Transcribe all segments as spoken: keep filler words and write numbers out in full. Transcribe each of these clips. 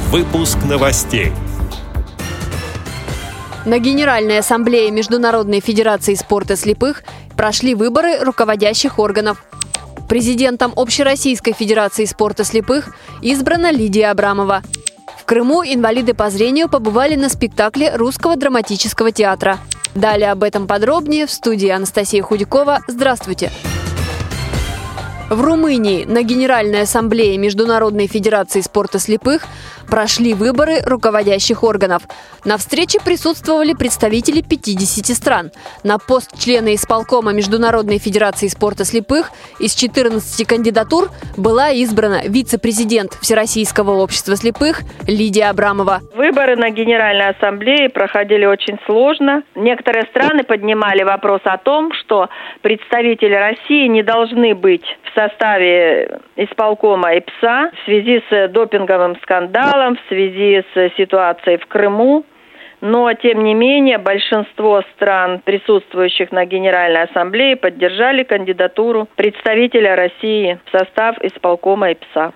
Выпуск новостей. На Генеральной ассамблее Международной федерации спорта слепых прошли выборы руководящих органов. Президентом Общероссийской федерации спорта слепых избрана Лидия Абрамова. В Крыму инвалиды по зрению побывали на спектакле Русского драматического театра. Далее об этом подробнее в студии Анастасия Худякова. Здравствуйте! В Румынии на Генеральной ассамблее Международной федерации спорта слепых прошли выборы руководящих органов. На встрече присутствовали представители пятидесяти стран. На пост члена исполкома Международной федерации спорта слепых из четырнадцати кандидатур была избрана вице-президент Всероссийского общества слепых Лидия Абрамова. Выборы на Генеральной ассамблее проходили очень сложно. Некоторые страны поднимали вопрос о том, что представители России не должны быть в составе исполкома ИПСА в связи с допинговым скандалом, в связи с ситуацией в Крыму. Но, тем не менее, большинство стран, присутствующих на Генеральной ассамблее, поддержали кандидатуру представителя России в состав исполкома ИПСА.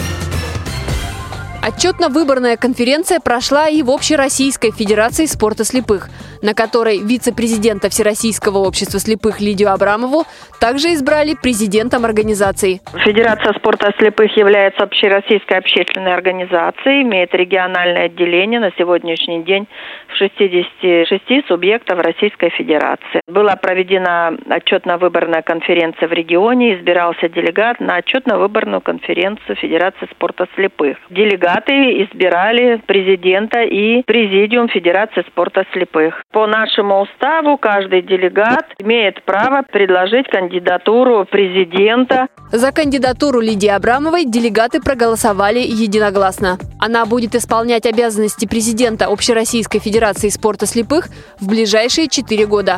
Отчетно-выборная конференция прошла и в Общероссийской федерации спорта слепых, на которой вице-президента Всероссийского общества слепых Лидию Абрамову также избрали президентом организации. Федерация спорта слепых является общероссийской общественной организацией, имеет региональное отделение на сегодняшний день в шестидесяти шести субъектах Российской Федерации. Была проведена отчетно-выборная конференция в регионе, избирался делегат на отчетно-выборную конференцию Федерации спорта слепых. Делегат избирали президента и президиум Федерации спорта слепых. По нашему уставу каждый делегат имеет право предложить кандидатуру президента. За кандидатуру Лидии Абрамовой делегаты проголосовали единогласно. Она будет исполнять обязанности президента Общероссийской федерации спорта слепых в ближайшие четыре года.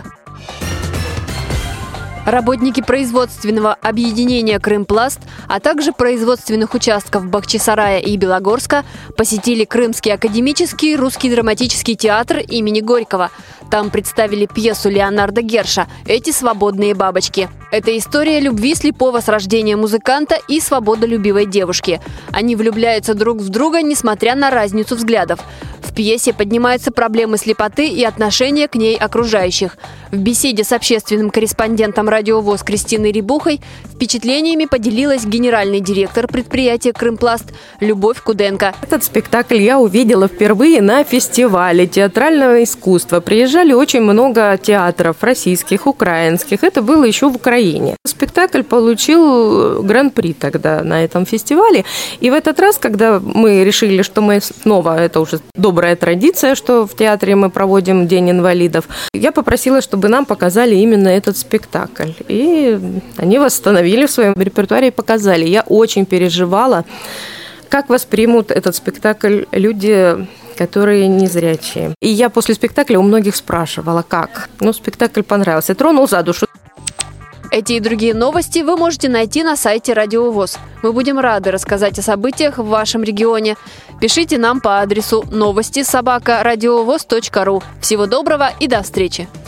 Работники производственного объединения «Крымпласт», а также производственных участков Бахчисарая и Белогорска посетили Крымский академический русский драматический театр имени Горького. Там представили пьесу Леонарда Герша «Эти свободные бабочки». Это история любви слепого с рождения музыканта и свободолюбивой девушки. Они влюбляются друг в друга, несмотря на разницу взглядов. В пьесе поднимаются проблемы слепоты и отношения к ней окружающих. В беседе с общественным корреспондентом «Радио ВОС» Кристиной Рябухой впечатлениями поделилась генеральный директор предприятия «Крымпласт» Любовь Куденко. Этот спектакль я увидела впервые на фестивале театрального искусства. Приезжали очень много театров российских, украинских. Это было еще в Украине. Спектакль получил гран-при тогда на этом фестивале. И в этот раз, когда мы решили, что мы снова, это уже добрая традиция, что в театре мы проводим День инвалидов, я попросила, чтобы нам показали именно этот спектакль. И они восстановили в своем репертуаре и показали. Я очень переживала, как воспримут этот спектакль люди, которые незрячие. И я после спектакля у многих спрашивала, как. Ну, спектакль понравился, тронул за душу. Эти и другие новости вы можете найти на сайте Радио ВОС. Мы будем рады рассказать о событиях в вашем регионе. Пишите нам по адресу новости собака радиовос точка ру. Всего доброго и до встречи!